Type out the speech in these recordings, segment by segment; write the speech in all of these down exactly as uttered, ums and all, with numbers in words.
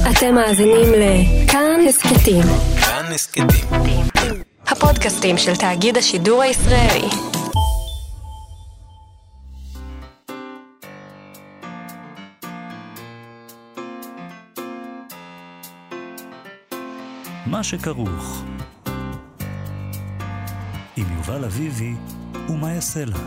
אתם מאזינים לכאן הסקטים. כאן הסקטים. הפודקאסטים של תאגיד השידור הישראלי. מה שכרוך עם יובל אביבי ומה יעשה לה.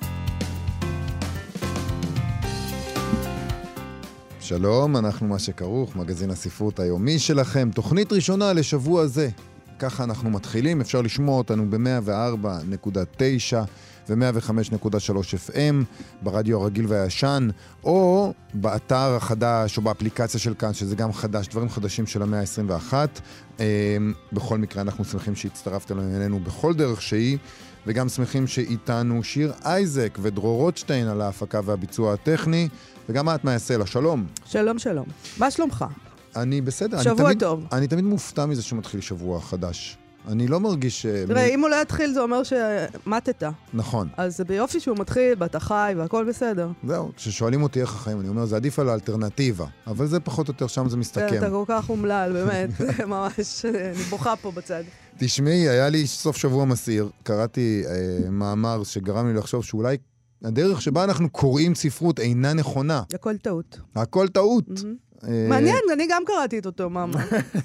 שלום, אנחנו מה שכרוך, מגזין הספרות היומי שלכם, תוכנית ראשונה לשבוע זה. ככה אנחנו מתחילים, אפשר לשמוע אותנו ב-מאה וארבע נקודה תשע ו-מאה וחמש נקודה שלוש אף אם ברדיו הרגיל והישן, או באתר החדש או באפליקציה של כאן, שזה גם חדש, דברים חדשים של המאה ה-עשרים ואחת. בכל מקרה אנחנו שמחים שהצטרפתם אלינו בכל דרך שהיא, וגם שמחים שאיתנו שיר אייזק ודרור רוטשטיין על ההפקה והביצוע הטכני, וגם את מה יעשה לה. שלום. שלום, שלום. מה שלומך? אני בסדר. שבוע אני תמיד, טוב. אני תמיד מופתע מזה שמתחיל שבוע חדש. אני לא מרגיש... תראה, מ... אם הוא לא יתחיל זה אומר שמתת. נכון. אז זה ביופי שהוא מתחיל, ואתה חי, והכל בסדר. זהו, כששואלים אותי איך החיים, אני אומר, זה עדיף על האלטרנטיבה. אבל זה פחות או יותר, שם זה מסתכם. אתה כל כך אומלל, באמת. ממש, אני בוכה פה בצד. תשמעי, היה לי סוף שבוע מסעיר. קראתי אה, מאמר שגרם לי לחשוב שאולי הדרך שבה אנחנו קוראים ספרות אינה נכונה. הכל טעות. הכל טעות. מעניין, אני גם קראתי את אותו מאמר.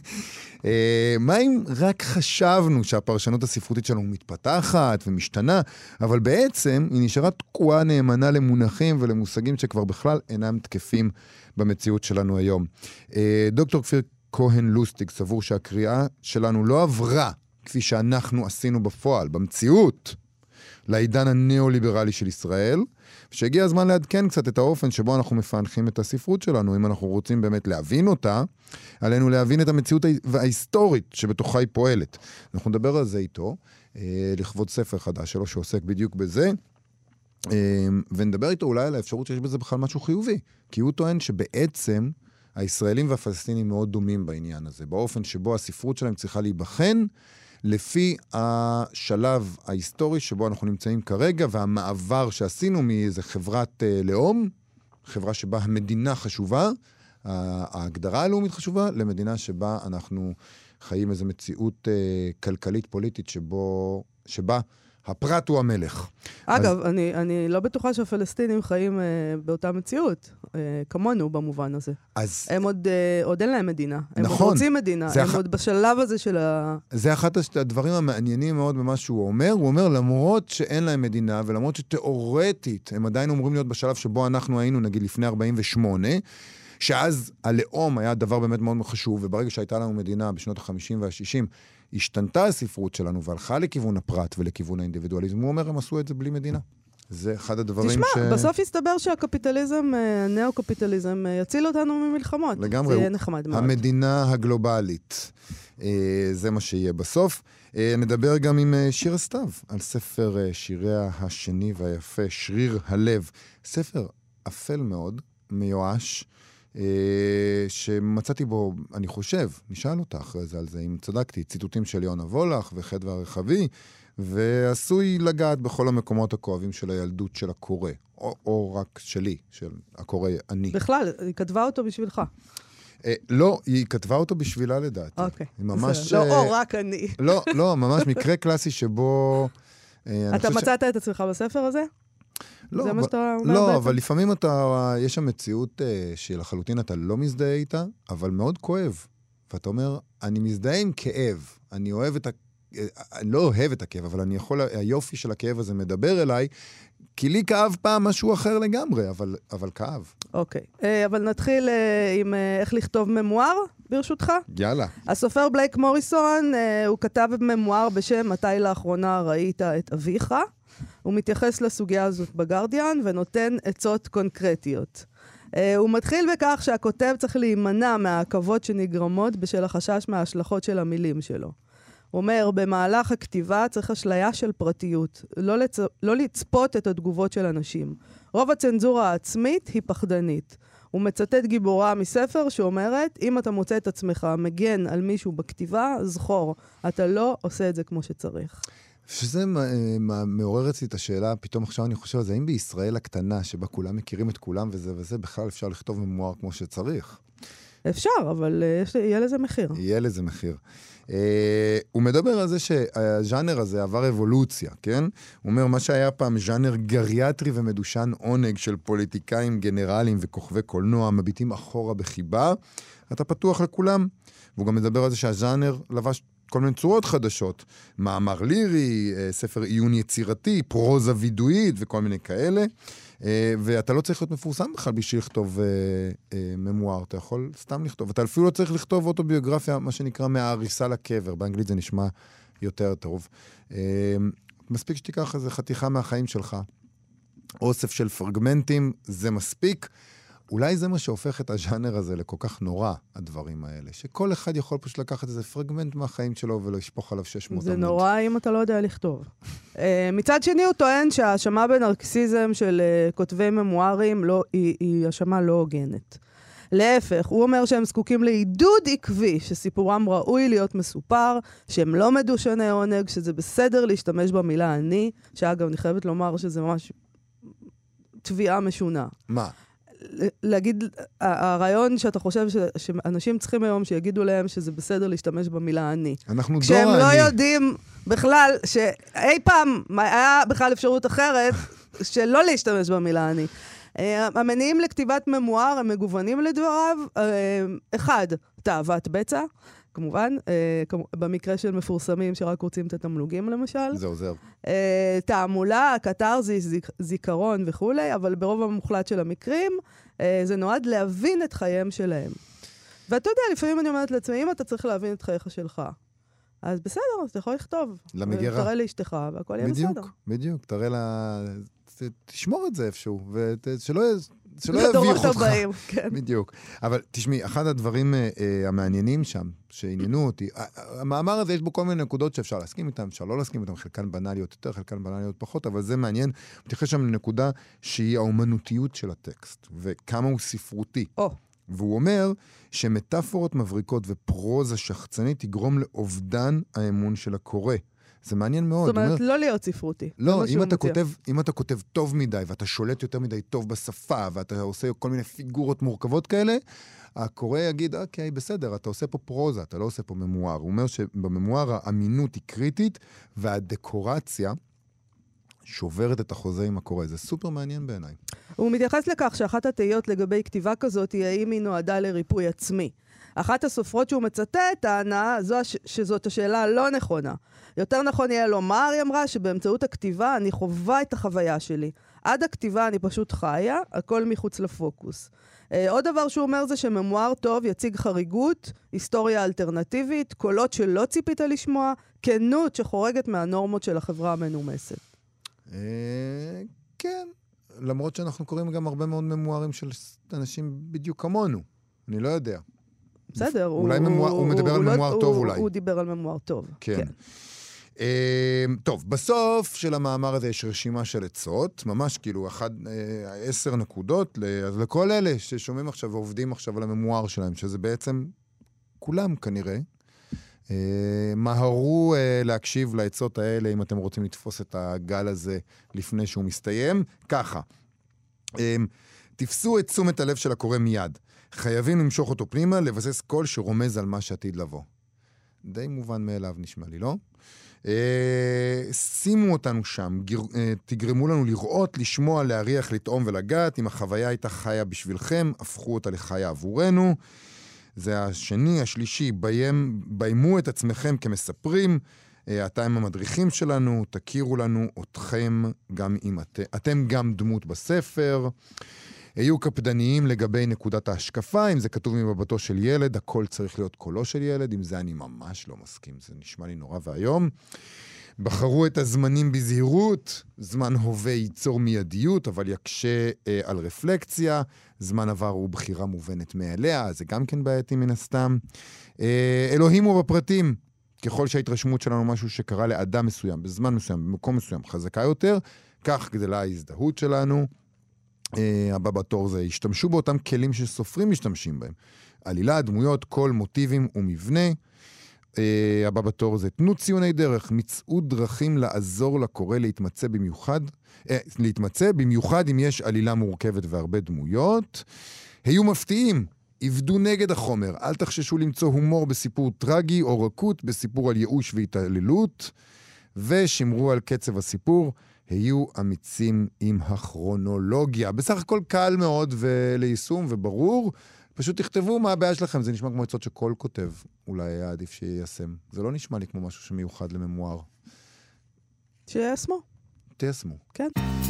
מה אם רק חשבנו שהפרשנות הספרותית שלנו מתפתחת ומשתנה, אבל בעצם היא נשארה תקועה נאמנה למונחים ולמושגים שכבר בכלל אינם תקפים במציאות שלנו היום. דוקטור כפיר כהן לוסטיג סבור שהקריאה שלנו לא עברה כפי שאנחנו עשינו בפועל, במציאות, לעידן הנאו-ליברלי של ישראל, שהגיע הזמן לעדכן קצת את האופן שבו אנחנו מפענחים את הספרות שלנו. אם אנחנו רוצים באמת להבין אותה, עלינו להבין את המציאות ההיסטורית שבתוכה היא פועלת. אנחנו נדבר על זה איתו, לכבוד ספר חדש שלו שעוסק בדיוק בזה, ונדבר איתו אולי על האפשרות שיש בזה בכלל משהו חיובי, כי הוא טוען שבעצם הישראלים והפלסטינים מאוד דומים בעניין הזה, באופן שבו הספרות שלהם צריכה להיבחן, לפי השלב ההיסטורי שבו אנחנו נמצאים כרגע, והמעבר שעשינו מאיזה חברת אה, לאום, חברה שבה המדינה חשובה, ההגדרה הלאומית חשובה, למדינה שבה אנחנו חיים איזו מציאות אה, כלכלית פוליטית שבו, שבה הפרט הוא המלך. אגב, אז... אני, אני לא בטוחה שהפלסטינים חיים אה, באותה מציאות, אה, כמונו במובן הזה. אז... הם עוד, אה, עוד אין להם מדינה. הם נכון. עוד רוצים מדינה. הם אח... עוד בשלב הזה של ה... זה אחד הדברים המעניינים מאוד במה שהוא אומר. הוא אומר, למרות שאין להם מדינה, ולמרות שתיאורטית הם עדיין אומרים להיות בשלב שבו אנחנו היינו, נגיד, לפני ארבעים ושמונה, שאז הלאום היה דבר באמת מאוד חשוב, וברגע שהייתה לנו מדינה בשנות ה-חמישים וה-שישים, השתנתה הספרות שלנו והלכה לכיוון הפרט ולכיוון האינדיבידואליזם. הוא אומר, הם עשו את זה בלי מדינה. זה אחד הדברים תשמע, ש... תשמע, בסוף הסתבר שהקפיטליזם, הנאו-קפיטליזם, יציל אותנו ממלחמות. לגמרי. זה יהיה נחמד מאוד. המדינה הגלובלית. זה מה שיהיה בסוף. נדבר גם עם שיר הסתיו, על ספר שיריה השני והיפה, שריר הלב. ספר אפל מאוד, מיואש, שמצאתי בו, אני חושב, נשאל אותה אחרי זה על זה, אם צדקתי, ציטוטים של יונה וולך וחדווה הרחבי, ועשוי לגעת בכל המקומות הכואבים של הילדות של הקורא, או, או רק שלי, של הקורא אני. בכלל, היא כתבה אותו בשבילך. אה, לא, היא כתבה אותו בשבילה לדעתי. אוקיי. ממש... לא, או רק אני. לא, לא, ממש מקרה קלאסי שבו... אתה מצאת ש... את עצמך בספר הזה? לא, זה אבל, מה שאתה אומר לא בעצם? אבל לפעמים אתה, יש שם מציאות אה, שלחלוטין אתה לא מזדהה איתה, אבל מאוד כואב. ואתה אומר, אני מזדהה עם כאב, אני אוהב את ה... אני לא אוהב את הכאב, אבל אני יכול, היופי של הכאב הזה מדבר אליי, כי לי כאב פעם משהו אחר לגמרי, אבל, אבל כאב. אוקיי, אה, אבל נתחיל אה, עם אה, איך לכתוב ממואר, ברשותך. יאללה. הסופר בלייק מוריסון, אה, הוא כתב ממואר בשם מתי לאחרונה ראית את אביך, הוא מתייחס לסוגיה הזאת בגרדיאן ונותן עצות קונקרטיות. Uh, הוא מתחיל בכך שהכותב צריך להימנע מהעכבות שנגרמות בשל החשש מההשלכות של המילים שלו. הוא אומר, במהלך הכתיבה צריך אשליה של פרטיות, לא, לצ... לא לצפות את התגובות של אנשים. רוב הצנזורה העצמית היא פחדנית. הוא מצטט גיבורה מספר שאומרת, אם אתה מוצא את עצמך מגן על מישהו בכתיבה, זכור, אתה לא עושה את זה כמו שצריך. שזה מעורר אצלי את השאלה, פתאום עכשיו אני חושב על זה, האם בישראל הקטנה, שבה כולם מכירים את כולם וזה וזה, בכלל אפשר לכתוב ממואר כמו שצריך? אפשר, אבל יש, יהיה לזה מחיר. יהיה לזה מחיר. Uh, הוא מדבר על זה שהז'אנר הזה עבר אבולוציה, כן? הוא אומר, מה שהיה פעם ז'אנר גריאטרי ומדושן עונג של פוליטיקאים, גנרלים וכוכבי קולנוע, מביטים אחורה בחיבה, אתה פתוח לכולם. והוא גם מדבר על זה שהז'אנר לבש כל מיני צורות חדשות, מאמר לירי, ספר עיון יצירתי, פרוזה וידואית וכל מיני כאלה, ואתה לא צריך להיות מפורסם בכלל בשביל לכתוב ממואר, אתה יכול סתם לכתוב, אתה אפילו לא צריך לכתוב אוטוביוגרפיה, מה שנקרא מהעריסה לקבר, באנגלית זה נשמע יותר טוב. מספיק שתיקח איזה חתיכה מהחיים שלך, אוסף של פרגמנטים, זה מספיק, אולי זה מה שהופך את הז'אנר הזה לכל כך נורא, הדברים האלה, שכל אחד יכול פשוט לקחת איזה פרגמנט מהחיים שלו ולשפוך עליו שש מאות זה עמוד. נורא אם אתה לא יודע לכתוב. מצד שני הוא טוען שהאשמה בנרקסיזם של כותבי ממוארים לא, היא, היא האשמה לא הוגנת. להפך, הוא אומר שהם זקוקים לעידוד עקבי, שסיפורם ראוי להיות מסופר, שהם לא מדושני עונג, שזה בסדר להשתמש במילה אני, שאגב, אני חייבת לומר שזה ממש תביעה משונה. מה? להגיד, הרעיון שאתה חושב ש, שאנשים צריכים היום שיגידו להם שזה בסדר להשתמש במילה אני. אנחנו דור אני. כשהם לא יודעים בכלל שאי פעם היה בכלל אפשרות אחרת שלא להשתמש במילה אני. המניעים לכתיבת ממואר הם מגוונים לדבריו. אחד, תאוות בצע, כמובן, במקרה של מפורסמים שרק רוצים את התמלוגים למשל. זה עוזר. תעמולה, קטרזיס, זיכרון וכו', אבל ברוב המוחלט של המקרים, זה נועד להבין את חייהם שלהם. ואתה יודע, לפעמים אני אומרת לעצמי, אם אתה צריך להבין את חייך שלך, אז בסדר, אז אתה יכול לכתוב. למגירה. תראה לאשתך, והכל יהיה בסדר. בדיוק, בדיוק. תראה לה... תשמור את זה איפשהו, ושלא יביך אותך. כן. בדיוק. אבל תשמעי, אחד הדברים אה, המעניינים שם, שעניינו אותי, המאמר הזה יש בו כל מיני נקודות שאפשר להסכים איתם, אפשר לא להסכים איתם, חלקן בנאליות יותר, חלקן בנאליות פחות, אבל זה מעניין. מתייחס שם לנקודה שהיא האומנותיות של הטקסט, וכמה הוא ספרותי. או. והוא אומר שמטאפורות מבריקות ופרוזה שחצנית יגרום לאובדן האמון של הקורא. זה מעניין מאוד. זאת אומרת, לא להיות ספרותי. לא, אם אתה כותב, אם אתה כותב טוב מדי, ואתה שולט יותר מדי טוב בשפה, ואתה עושה כל מיני פיגורות מורכבות כאלה, הקורא יגיד, אוקיי, בסדר, אתה עושה פה פרוזה, אתה לא עושה פה ממואר. הוא אומר שבממואר האמינות היא קריטית, והדקורציה שוברת את החוזה עם הקורא. זה סופר מעניין בעיניי. הוא מתייחס לכך שאחת התהיות לגבי כתיבה כזאת היא האם היא נועדה לריפוי עצמי. אחת הסופרות שהוא מצטט, טענה, שזאת השאלה הלא נכונה. יותר נכון יהיה לומר, היא אמרה, שבאמצעות הכתיבה אני חווה את החוויה שלי. עד הכתיבה אני פשוט חיה, הכל מחוץ לפוקוס. עוד דבר שהוא אומר זה שממואר טוב יציג חריגות, היסטוריה אלטרנטיבית, קולות שלא ציפית לשמוע, כנות שחורגת מהנורמות של החברה המנומסת. כן, למרות שאנחנו קוראים גם הרבה מאוד ממוארים של אנשים בדיוק כמונו. אני לא יודע. בסדר. אולי הוא מדבר על ממואר טוב אולי. הוא דיבר על ממואר טוב. כן. טוב, בסוף של המאמר הזה יש רשימה של עצות, ממש כאילו אחד, עשר נקודות, אז לכל אלה ששומעים עכשיו ועובדים עכשיו על הממואר שלהם, שזה בעצם כולם כנראה, מהרו להקשיב לעצות האלה אם אתם רוצים לתפוס את הגל הזה לפני שהוא מסתיים. ככה, תפסו את תשומת הלב של הקורא מיד. חייבים למשוך אותו פנימה, לבסס קול שרומז על מה שעתיד לבוא. די מובן מאליו נשמע לי, לא? שימו אותנו שם, תגרמו לנו לראות, לשמוע, להריח, לטעום ולגעת. אם החוויה הייתה חיה בשבילכם, הפכו אותה לחיה עבורנו. זה השני, השלישי, ביים, ביימו את עצמכם כמספרים. אתם המדריכים שלנו, תכירו לנו אתכם גם אם את, אתם גם דמות בספר. היו קפדניים לגבי נקודת ההשקפה, אם זה כתוב מבבתו של ילד, הכל צריך להיות קולו של ילד, עם זה אני ממש לא מסכים, זה נשמע לי נורא והיום. בחרו את הזמנים בזהירות, זמן הווה ייצור מיידיות, אבל יקשה אה, על רפלקציה, זמן עבר הוא בחירה מובנת מעליה, זה גם כן בעייתי מן הסתם. אה, אלוהים הוא בפרטים, ככל שההתרשמות שלנו משהו שקרה לאדם מסוים, בזמן מסוים, במקום מסוים, חזקה יותר, כך גדלה ההזדהות שלנו. Uh, הבא בתור זה, השתמשו באותם כלים שסופרים משתמשים בהם. עלילה, דמויות, קול, מוטיבים ומבנה. Uh, הבא בתור זה, תנו ציוני דרך, מצאו דרכים לעזור לקורא להתמצא במיוחד, uh, להתמצא במיוחד אם יש עלילה מורכבת והרבה דמויות. היו מפתיעים, עבדו נגד החומר, אל תחששו למצוא הומור בסיפור טרגי או רכות בסיפור על ייאוש והתעללות, ושמרו על קצב הסיפור, היו אמיצים עם הכרונולוגיה. בסך הכל קל מאוד וליישום וברור, פשוט תכתבו מה הבעיה שלכם, זה נשמע כמו עצות שכל כותב, אולי היה עדיף שיישם. זה לא נשמע לי כמו משהו שמיוחד לממואר. שיישמו. תיישמו. כן.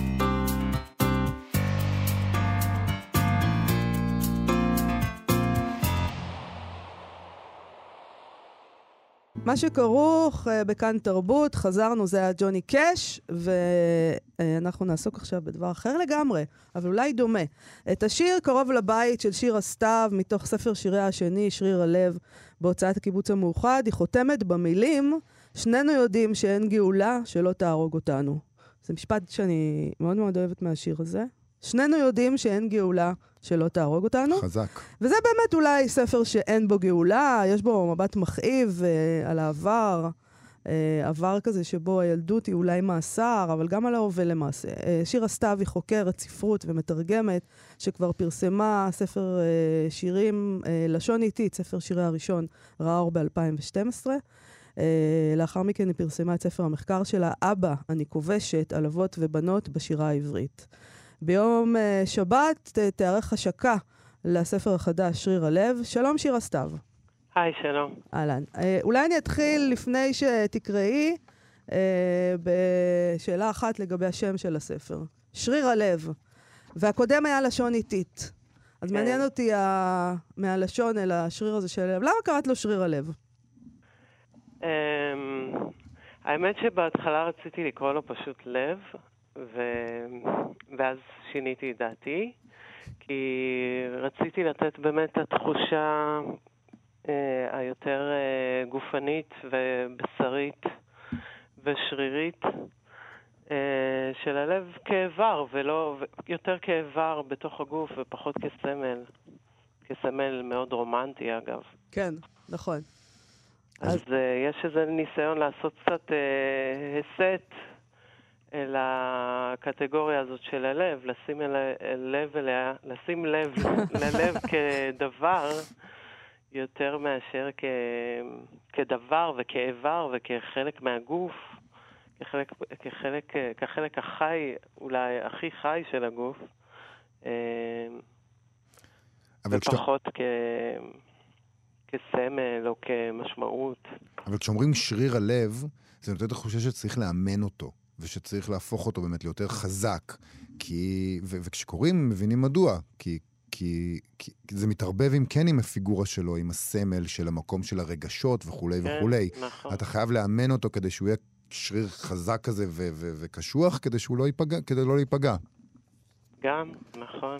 מה שכרוך בכאן תרבות, חזרנו, זה היה ג'וני קאש, ואנחנו נעסוק עכשיו בדבר אחר לגמרי, אבל אולי דומה. את השיר קרוב לבית של שירה סתיו, מתוך ספר שיריה השני, שריר הלב, בהוצאת הקיבוץ המאוחד, היא חותמת במילים, שנינו יודעים שאין גאולה שלא תהרוג אותנו. זה משפט שאני מאוד מאוד אוהבת מהשיר הזה. שנינו יודעים שאין גאולה שלא תהרוג אותנו. חזק. וזה באמת אולי ספר שאין בו גאולה, יש בו מבט מכאיב אה, על העבר, אה, עבר כזה שבו הילדות היא אולי מאסר, אבל גם על ההווה למעשה. אה, שירה סתיו היא חוקרת ספרות ומתרגמת, שכבר פרסמה ספר אה, שירים, אה, לשון איטית, ספר שירי הראשון, ראה אור ב-אלפיים ושתים עשרה. אה, לאחר מכן היא פרסמה את ספר המחקר שלה, אבא, אני כובשת, על אבות ובנות בשירה העברית. ביום uh, שבת uh, תארך השקה לספר החדש שריר הלב. שלום שירה סתיו. היי, שלום. אהלן. Uh, אולי אני אתחיל לפני שתקראי uh, בשאלה אחת לגבי השם של הספר. שריר הלב. והקודם היה לשון איטית. אז כן. מעניין אותי ה... מהלשון אל השריר הזה של הלב. למה קראת לו שריר הלב? Um, האמת שבהתחלה רציתי לקרוא לו פשוט לב. ו... ואז שיניתי את דעתי, כי רציתי לתת באמת את התחושה אה, היותר אה, גופנית ובשרית ושרירית אה, של הלב כאיבר, ולא, יותר כאיבר בתוך הגוף ופחות כסמל. כסמל מאוד רומנטי אגב. כן, נכון. אז, אז... אה, יש איזה ניסיון לעשות קצת אה, הסט, אל הקטגוריה הזאת של הלב, לשים לב אליה, לשים לב ללב כדבר יותר מאשר כ, כדבר וכאיבר וכחלק מהגוף, כחלק, כחלק, כחלק החי, אולי הכי חי של הגוף, ופחות כשאתה... כ, כסמל או כמשמעות. אבל כשאומרים שריר הלב, זה נותן את החושה שצריך לאמן אותו. ושצריך להפוך אותו באמת ליותר חזק, כי, ו- וכשקוראים מבינים מדוע, כי, כי, כי זה מתערבב עם כן עם הפיגורה שלו, עם הסמל של המקום של הרגשות וכולי כן, וכולי. נכון. אתה חייב לאמן אותו כדי שהוא יהיה שריר חזק כזה ו- ו- וקשוח, כדי שהוא לא ייפגע, כדי לא להיפגע. גם, נכון.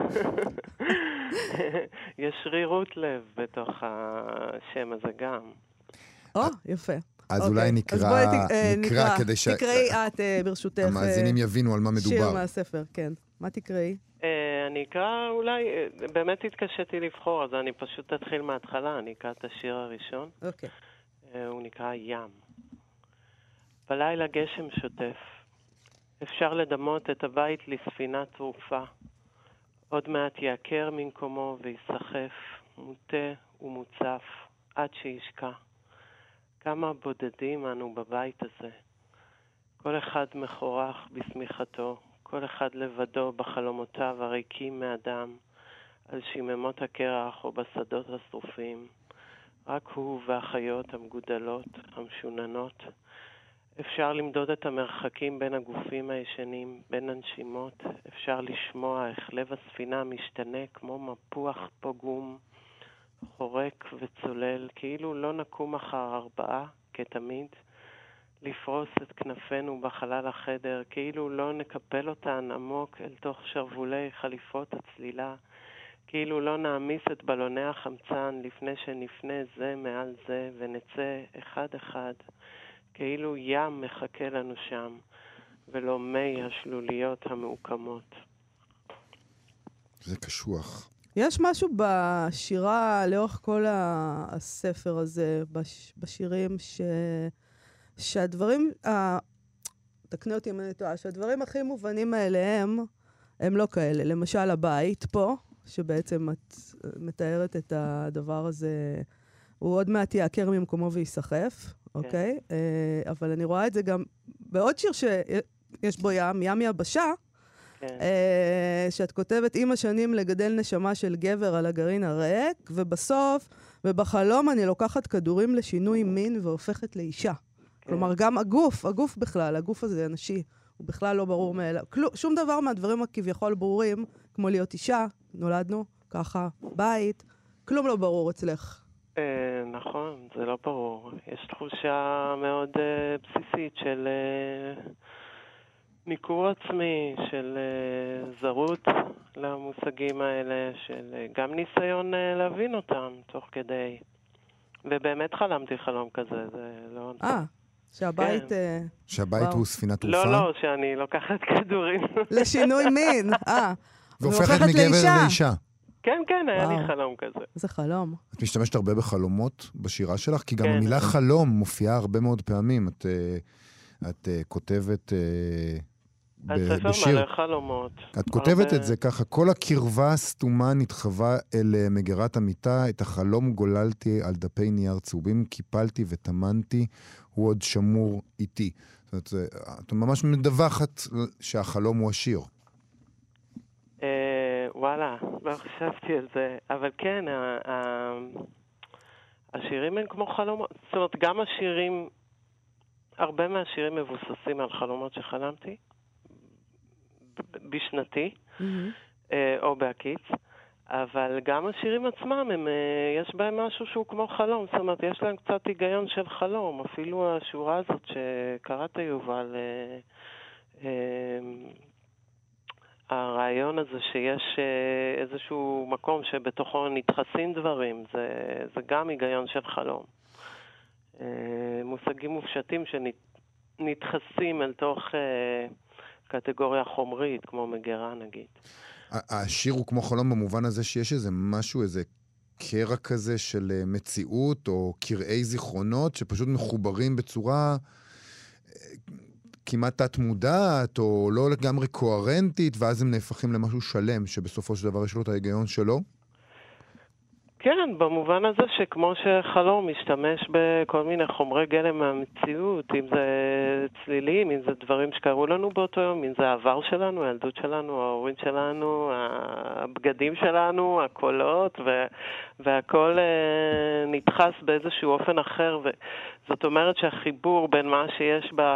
יש שרירות לב בתוך השם הזה גם. או, יפה. אז okay. אולי נקרא, אז בואי נקרא, נקרא כדי ש... תקראי את, ברשותך. המאזינים יבינו על מה מדובר. שיר מהספר, כן. מה תקראי? אני אקרא, אולי, באמת התקשיתי לבחור, אז אני פשוט אתחיל מההתחלה, אני אקרא את השיר הראשון. אוקיי. הוא נקרא ים. בלילה גשם שוטף. אפשר לדמות את הבית לספינה תרופה. עוד מעט יעקר ממקומו ויסחף, מוטה ומוצף, עד שישקע. כמה בודדים אנו בבית הזה. כל אחד מחורח בסמיכתו, כל אחד לבדו בחלומותיו הריקים מאדם, על שיממות הקרח או בשדות השרופים. רק הוא והחיות המגודלות, המשוננות. אפשר למדוד את המרחקים בין הגופים הישנים, בין הנשימות. אפשר לשמוע איך לב הספינה משתנה כמו מפוח פוגום, חורק וצולל, כאילו לא נקום אחר ארבעה, כתמיד, לפרוס את כנפינו בחלל החדר, כאילו לא נקפל אותן עמוק אל תוך שרבולי חליפות הצלילה, כאילו לא נעמיס את בלוני החמצן לפני שנפנה זה מעל זה ונצא אחד אחד, כאילו ים מחכה לנו שם, ולא מי השלוליות המעוקמות. זה קשוח. יש משהו בשירה, לאורך כל הספר הזה, בש, בשירים, ש, שהדברים, ה, תקנה אותי אם אני טועה, שהדברים הכי מובנים מאליהם, הם לא כאלה. למשל, הבית פה, שבעצם את מתארת את הדבר הזה, הוא עוד מעט יעקר ממקומו ויסחף, אוקיי? אבל אני רואה את זה גם בעוד שיר שיש בו ים, ים יבשה, שאת כותבת עם השנים לגדל נשמה של גבר על הגרעין הריק, ובסוף, ובחלום אני לוקחת כדורים לשינוי מין והופכת לאישה. כלומר, גם הגוף, הגוף בכלל, הגוף הזה אנשי, הוא בכלל לא ברור מאליו. שום דבר מהדברים הכביכול ברורים, כמו להיות אישה, נולדנו, ככה, בית, כלום לא ברור אצלך. נכון, זה לא ברור. יש תחושה מאוד בסיסית של ניכור עצמי, של זרות למושגים האלה, של גם ניסיון להבין אותם תוך כדי. ובאמת חלמתי חלום כזה, זה לא... אה, שהבית... שהבית הוא ספינת תעופה? לא, לא, שאני לוקחת כדורים. לשינוי מין, אה. והופכת מגבר לאישה. כן, כן, היה לי חלום כזה. איזה חלום. את משתמשת הרבה בחלומות בשירה שלך? כי גם המילה חלום מופיעה הרבה מאוד פעמים. את כותבת בשיר... הספר מלא חלומות. את כותבת את זה ככה, כל הקרבה הסתומה נתחווה אל מגירת המיטה, את החלום גוללתי על דפי נייר צהובים, קיפלתי ותמנתי, הוא עוד שמור איתי. זאת אומרת, את ממש מדווחת שהחלום הוא השיר. וואלה, לא חשבתי על זה, אבל כן, השירים הם כמו חלומות, זאת אומרת, גם השירים, הרבה מהשירים מבוססים על חלומות שחלמתי, בשנתי, או בהקיץ, אבל גם השירים עצמם, יש בהם משהו שהוא כמו חלום, זאת אומרת, יש להם קצת היגיון של חלום, אפילו השורה הזאת שקראת יובל, הרעיון הזה שיש איזשהו מקום שבתוכו נתחסים דברים, זה, זה גם היגיון של חלום. מושגים מופשטים שנתחסים אל תוך קטגוריה חומרית, כמו מגירה נגיד. השיר הוא כמו חלום במובן הזה שיש איזה משהו, איזה קרע כזה של מציאות או קרעי זיכרונות שפשוט מחוברים בצורה... כמעט תת מודעת, או לא לגמרי קוהרנטית, ואז הם נהפכים למשהו שלם, שבסופו של דבר יש לו את ההיגיון שלו? כן, במובן הזה שכמו שחלום משתמש בכל מיני חומרי גלם מהמציאות, אם זה צלילים, אם זה דברים שקרו לנו באותו יום, אם זה העבר שלנו, הילדות שלנו, ההורים שלנו, הבגדים שלנו, הקולות, ו- והכל uh, נדחס באיזשהו אופן אחר, וזאת אומרת שהחיבור בין מה שיש ב...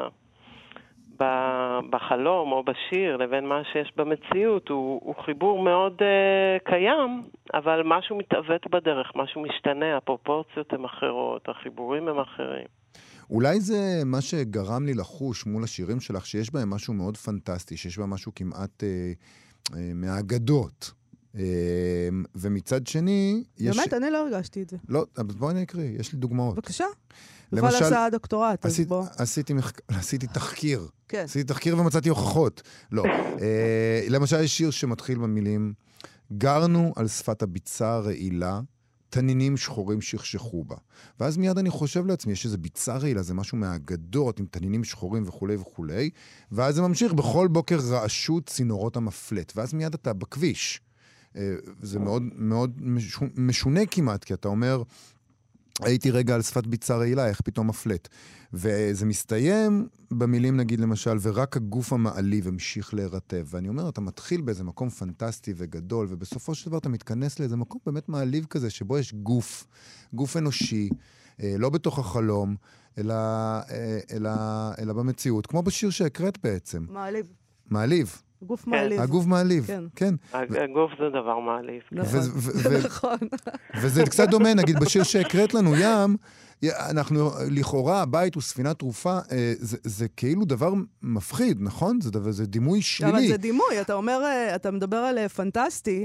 בחלום או בשיר לבין מה שיש במציאות הוא, הוא חיבור מאוד uh, קיים, אבל משהו מתעוות בדרך, משהו משתנה, הפרופורציות הן אחרות, החיבורים הם אחרים. אולי זה מה שגרם לי לחוש מול השירים שלך, שיש בהם משהו מאוד פנטסטי, שיש בהם משהו כמעט אה, אה, מהאגדות. אה, ומצד שני... באמת, יש... אני לא הרגשתי את זה. לא, אבל בואי נקריא, יש לי דוגמאות. בבקשה. למשל, בכל עשה הדוקטורט, עשית, אז בוא. עשיתי, עשיתי תחקיר. כן. עשיתי תחקיר ומצאתי הוכחות. לא. אה, למשל, יש שיר שמתחיל במילים, גרנו על שפת הביצה הרעילה, תנינים שחורים שכשכו בה. ואז מיד אני חושב לעצמי, יש איזה ביצה רעילה, זה משהו מהאגדות עם תנינים שחורים וכו' וכו'. ואז זה ממשיך, בכל בוקר רעשו צינורות המפלט. ואז מיד אתה בכביש. אה, זה מאוד, מאוד משונה כמעט, כי אתה אומר... הייתי רגע על שפת ביצה רעילה, איך פתאום מפלט. וזה מסתיים במילים, נגיד למשל, ורק הגוף המעליב המשיך להירטב. ואני אומר, אתה מתחיל באיזה מקום פנטסטי וגדול, ובסופו של דבר אתה מתכנס לאיזה מקום באמת מעליב כזה, שבו יש גוף, גוף אנושי, לא בתוך החלום, אלא, אלא, אלא במציאות, כמו בשיר שהקראת בעצם. מעליב. מעליב. הגוף מעליב. הגוף מעליב, כן. הגוף זה דבר מעליב. נכון. וזה קצת דומה, נגיד בשיר שהקראת לנו ים, אנחנו לכאורה, הבית הוא ספינת תרופה, זה כאילו דבר מפחיד, נכון? זה דימוי שלילי. אבל זה דימוי, אתה אומר, אתה מדבר על פנטסטי,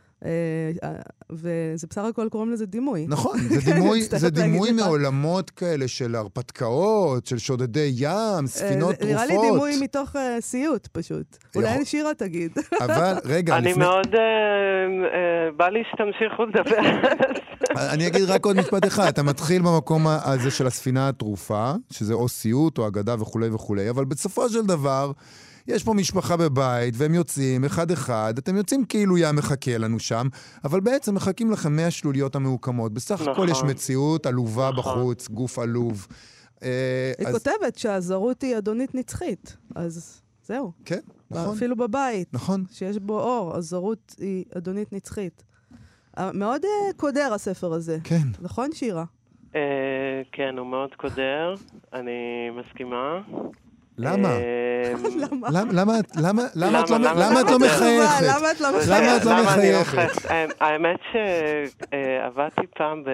וזה בסך הכל קוראים לזה דימוי. נכון, זה דימוי, זה דימוי מעולמות כאלה של הרפתקאות, של שודדי ים, ספינות תרופות. נראה לי דימוי מתוך סיוט פשוט. אולי שירה תגיד. אבל רגע, אני מאוד, בא לי שתמשיכו לדבר. אני אגיד רק עוד משפט אחד, אתה מתחיל במקום הזה של הספינה התרופה, שזה או סיוט או אגדה וכו' וכו', אבל בסופו של דבר, יש פה משפחה בבית, והם יוצאים אחד-אחד, אתם יוצאים כאילו ים מחכה לנו שם, אבל בעצם מחכים לכם מאה שלוליות המעוקמות. בסך נכון. הכל יש מציאות עלובה נכון. בחוץ, גוף עלוב. היא אז... כותבת שהזרות היא אדונית נצחית, אז זהו. כן, נכון. אפילו בבית, נכון. שיש בו אור, הזרות היא אדונית נצחית. מאוד uh, קודר הספר הזה. כן. נכון, שירה? Uh, כן, הוא מאוד קודר, אני מסכימה. למה? למה? למה את לא מחייכת? למה את לא מחייכת? למה את לא מחייכת? האמת שעבדתי פעם ב...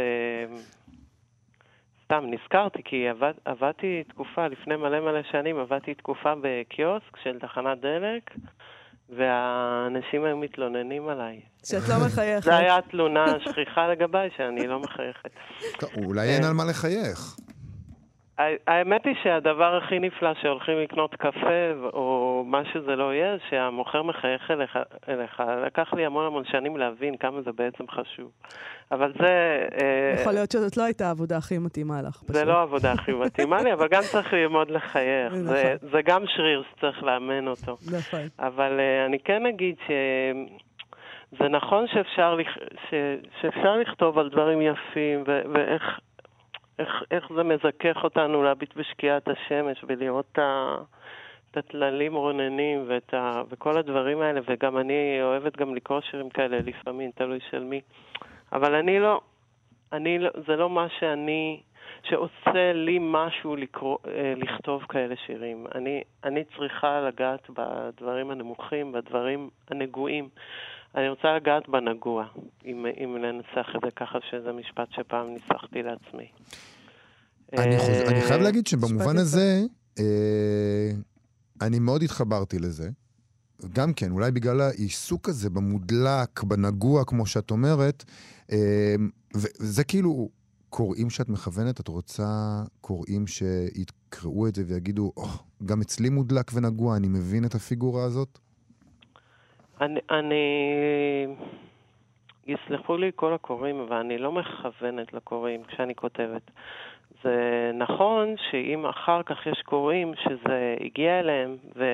סתם, נזכרתי, כי עבדתי תקופה, לפני מלא מלא שנים, עבדתי תקופה בקיוסק של תחנת דלק, והאנשים היו מתלוננים עליי. שאת לא מחייכת. זה היה תלונה שכיחה לגביי, שאני לא מחייכת. אולי אין על מה לחייך. האמת היא שהדבר הכי נפלא שהולכים לקנות קפה, או מה שזה לא יהיה, שהמוכר מחייך אליך. לקח לי המון המון שנים להבין כמה זה בעצם חשוב. אבל זה... יכול להיות שזאת לא הייתה העבודה הכי מתאימה לך. זה לא העבודה הכי מתאימה לי, אבל גם צריך ללמוד לחייך. זה גם שריר שצריך לאמן אותו. נכון. אבל אני כן אגיד ש... זה נכון שאפשר, שאפשר לכתוב על דברים יפים, ואיך איך, איך זה מזכך אותנו להביט בשקיעת השמש ולראות את, ה, את התללים רוננים ואת ה, וכל הדברים האלה, וגם אני אוהבת גם לקרוא שירים כאלה לפעמים, תלוי של מי. אבל אני לא, אני לא, זה לא מה שאני, שעושה לי משהו לקרוא, לכתוב כאלה שירים. אני, אני צריכה לגעת בדברים הנמוכים, בדברים הנגועים. אני רוצה לגעת בנגוע, אם, אם לנסח את זה ככה, שזה משפט שפעם ניסחתי לעצמי. אני, חוז... אני חייב להגיד שבמובן הזה, אה, אני מאוד התחברתי לזה. גם כן, אולי בגלל העיסוק הזה במודלק, בנגוע, כמו שאת אומרת, אה, וזה כאילו קוראים שאת מכוונת, את רוצה קוראים שיתקראו את זה ויגידו, oh, גם אצלי מודלק ונגוע, אני מבין את הפיגורה הזאת? אני, אני... יסלחו לי כל הקוראים, אבל אני לא מכוונת לקוראים כשאני כותבת. זה נכון שאם אחר כך יש קוראים שזה הגיע אליהם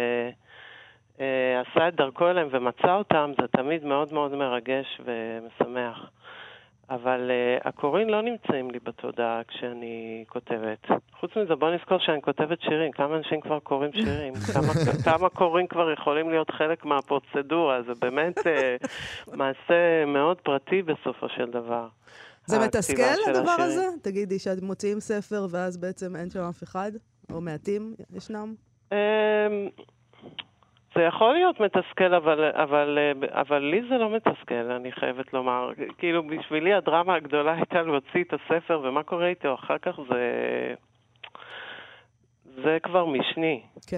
ועשה את דרכו אליהם ומצא אותם, זה תמיד מאוד מאוד מרגש ומשמח. אבל uh, הקוראים לא נמצאים לי בתודעה כשאני כותבת. חוץ מזה, בוא נזכור שאני כותבת שירים. כמה אנשים כבר קוראים שירים? כמה, כמה קוראים כבר יכולים להיות חלק מהפרוצדורה? זה באמת uh, מעשה מאוד פרטי בסופו של דבר. זה מתסכל הדבר הזה? תגידי, שאת מוציאים ספר ואז בעצם אין שם אף אחד? או מעטים ישנם? זה יכול להיות מתסכל, אבל, אבל, אבל לי זה לא מתסכל, אני חייבת לומר. כאילו, בשבילי הדרמה הגדולה הייתה להוציא את הספר, ומה קורה איתו אחר כך זה... זה כבר משני. כן.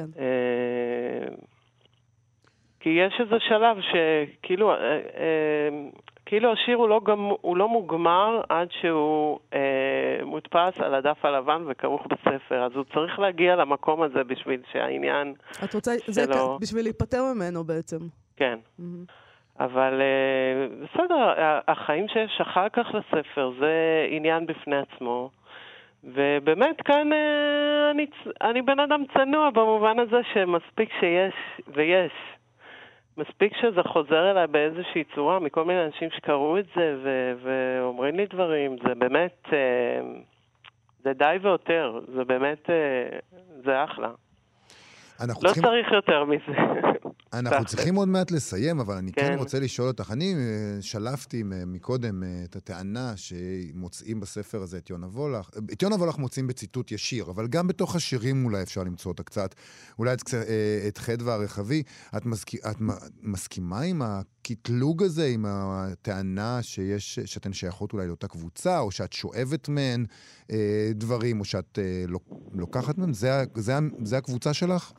כי יש איזה שלב שכאילו... כאילו השיר הוא לא, גם, הוא לא מוגמר עד שהוא אה, מודפס על הדף הלבן וכרוך בספר, אז הוא צריך להגיע למקום הזה בשביל שהעניין את רוצה, שלו... זה בשביל להיפטר ממנו בעצם. כן. Mm-hmm. אבל אה, בסדר, החיים שיש אחר כך לספר זה עניין בפני עצמו, ובאמת כאן אה, אני, אני בן אדם צנוע במובן הזה שמספיק שיש ויש. מספיק שזה חוזר אליי באיזושהי צורה, מכל מיני אנשים שקראו את זה ו- ואומרים לי דברים, זה באמת, אה, זה די ויותר, זה באמת, אה, זה אחלה. לא צריכים... צריך יותר מזה. אנחנו צריכים עוד מעט לסיים, אבל אני כן, כן רוצה לשאול אותך. אני שלפתי מקודם את הטענה שמוצאים בספר הזה את יונה וולך. את יונה וולך מוצאים בציטוט ישיר, אבל גם בתוך השירים אולי אפשר למצוא אותה קצת. אולי את, את חדווה הרחבי. את, מסכ... את מסכימה עם הקטלוג הזה, עם הטענה שיש, שאתן שייכות אולי לאותה קבוצה, או שאת שואבת מהן אה, דברים, או שאת אה, לוקחת מהן? זה, זה, זה הקבוצה שלך?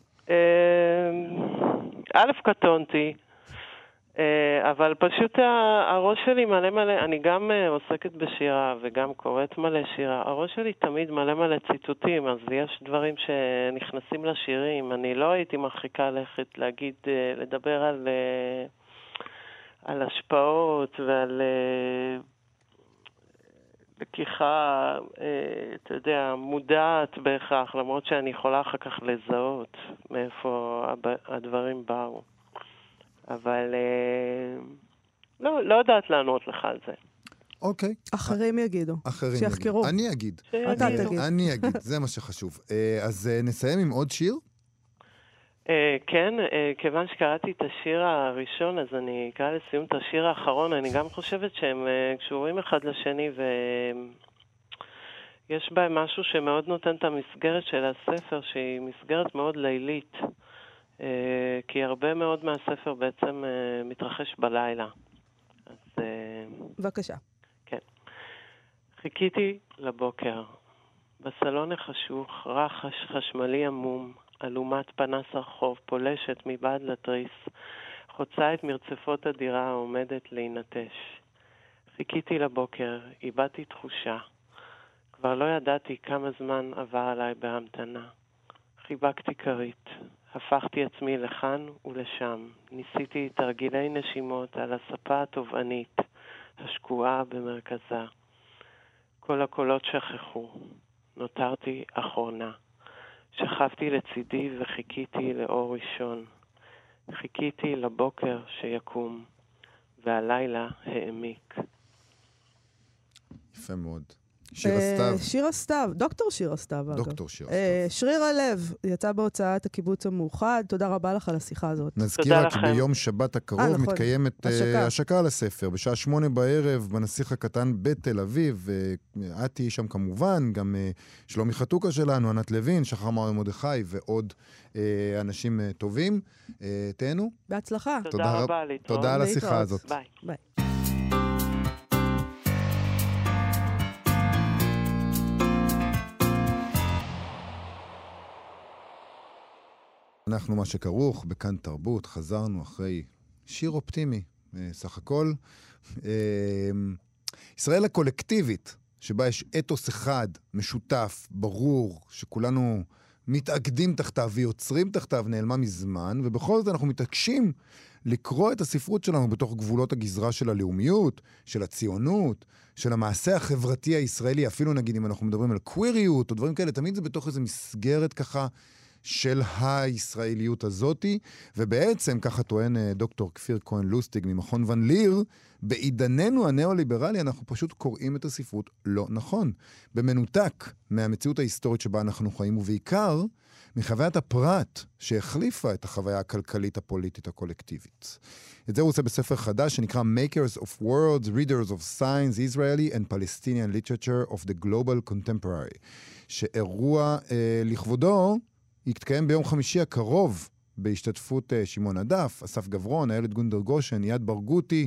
א' קטונתי, אבל פשוט הראש שלי מלא מלא, אני גם עוסקת בשירה וגם קוראת מלא שירה, הראש שלי תמיד מלא מלא ציטוטים, אז יש דברים שנכנסים לשירים, אני לא הייתי מרחיקה לכת להגיד, לדבר על, על השפעות ועל... לקיחה, אתה יודע, מודעת בהכרח, למרות שאני יכולה אחר כך לזהות מאיפה הדברים באו. אבל לא, לא יודעת לענות לך על זה. אוקיי. אחרים יגידו. אחרים שיחקרו. יגידו. אני אגיד. אתה תגיד. אני אגיד, זה מה שחשוב. אז נסיים עם עוד שיר? כן, כיוון שקראתי את השיר הראשון, אז אני אקרא לסיום את השיר האחרון. אני גם חושבת שהם קשורים אחד לשני, ויש בהם משהו שמאוד נותן את המסגרת של הספר, שהיא מסגרת מאוד לילית, כי הרבה מאוד מהספר בעצם מתרחש בלילה. אז... בבקשה. כן. חיכיתי לבוקר. בסלון החשוך, רחש חשמלי עמום, אלומת פנס הרחוב פולשת מבעד לתריס, חוצה את מרצפות הדירה העומדת להינטש. חיכיתי לבוקר, איבדתי תחושה. כבר לא ידעתי כמה זמן עבר עליי בהמתנה. חיבקתי כרית, הפכתי עצמי לכאן ולשם. ניסיתי תרגילי נשימות על הספה התובענית, השקועה במרכזה. כל הקולות שכחו. נותרתי אחרונה. שכבתי לצידי וחיכיתי לאור ראשון. חיכיתי לבוקר שיקום, והלילה העמיק. יפה מאוד. שיר הסתיו. שיר הסתיו, דוקטור שיר הסתיו. דוקטור שיר הסתיו. שריר הלב, יצא בהוצאת הקיבוץ המאוחד. תודה רבה לך על השיחה הזאת. נזכיר רק ביום שבת הקרוב מתקיימת השקה לספר, בשעה שמונה בערב, בנסיך הקטן בתל אביב. את תהיי שם כמובן, גם שלומי חתוקה שלנו, ענת לוין, שחר מרדכי ועוד אנשים טובים. תהנו. בהצלחה. תודה רבה. תודה על השיחה הזאת. ביי. ביי. אנחנו מה שכרוך, בכאן תרבות, חזרנו אחרי שיר אופטימי, סך הכל. ישראל הקולקטיבית, שבה יש אתוס אחד, משותף, ברור, שכולנו מתאגדים תחתיו ויוצרים תחתיו, נעלמה מזמן, ובכל זאת אנחנו מתעקשים לקרוא את הספרות שלנו בתוך גבולות הגזרה של הלאומיות, של הציונות, של המעשה החברתי הישראלי, אפילו נגיד אם אנחנו מדברים על קוויריות או דברים כאלה, תמיד זה בתוך איזו מסגרת ככה, של הישראליות הזאתי, ובעצם, ככה טוען דוקטור כפיר כהן לוסטיג ממכון ון ליר, בעידננו הנאו-ליברלי אנחנו פשוט קוראים את הספרות לא נכון, במנותק מהמציאות ההיסטורית שבה אנחנו חיים, ובעיקר מחוויית הפרט שהחליפה את החוויה הכלכלית הפוליטית הקולקטיבית. את זה הוא עושה בספר חדש שנקרא Makers of Worlds, Readers of Science, Israeli and Palestinian Literature of the Global Contemporary, שאירוע אה, לכבודו יתקיים ביום חמישי הקרוב בהשתתפות שמעון עדף, אסף גברון, איילת גונדר גושן, יד ברגותי.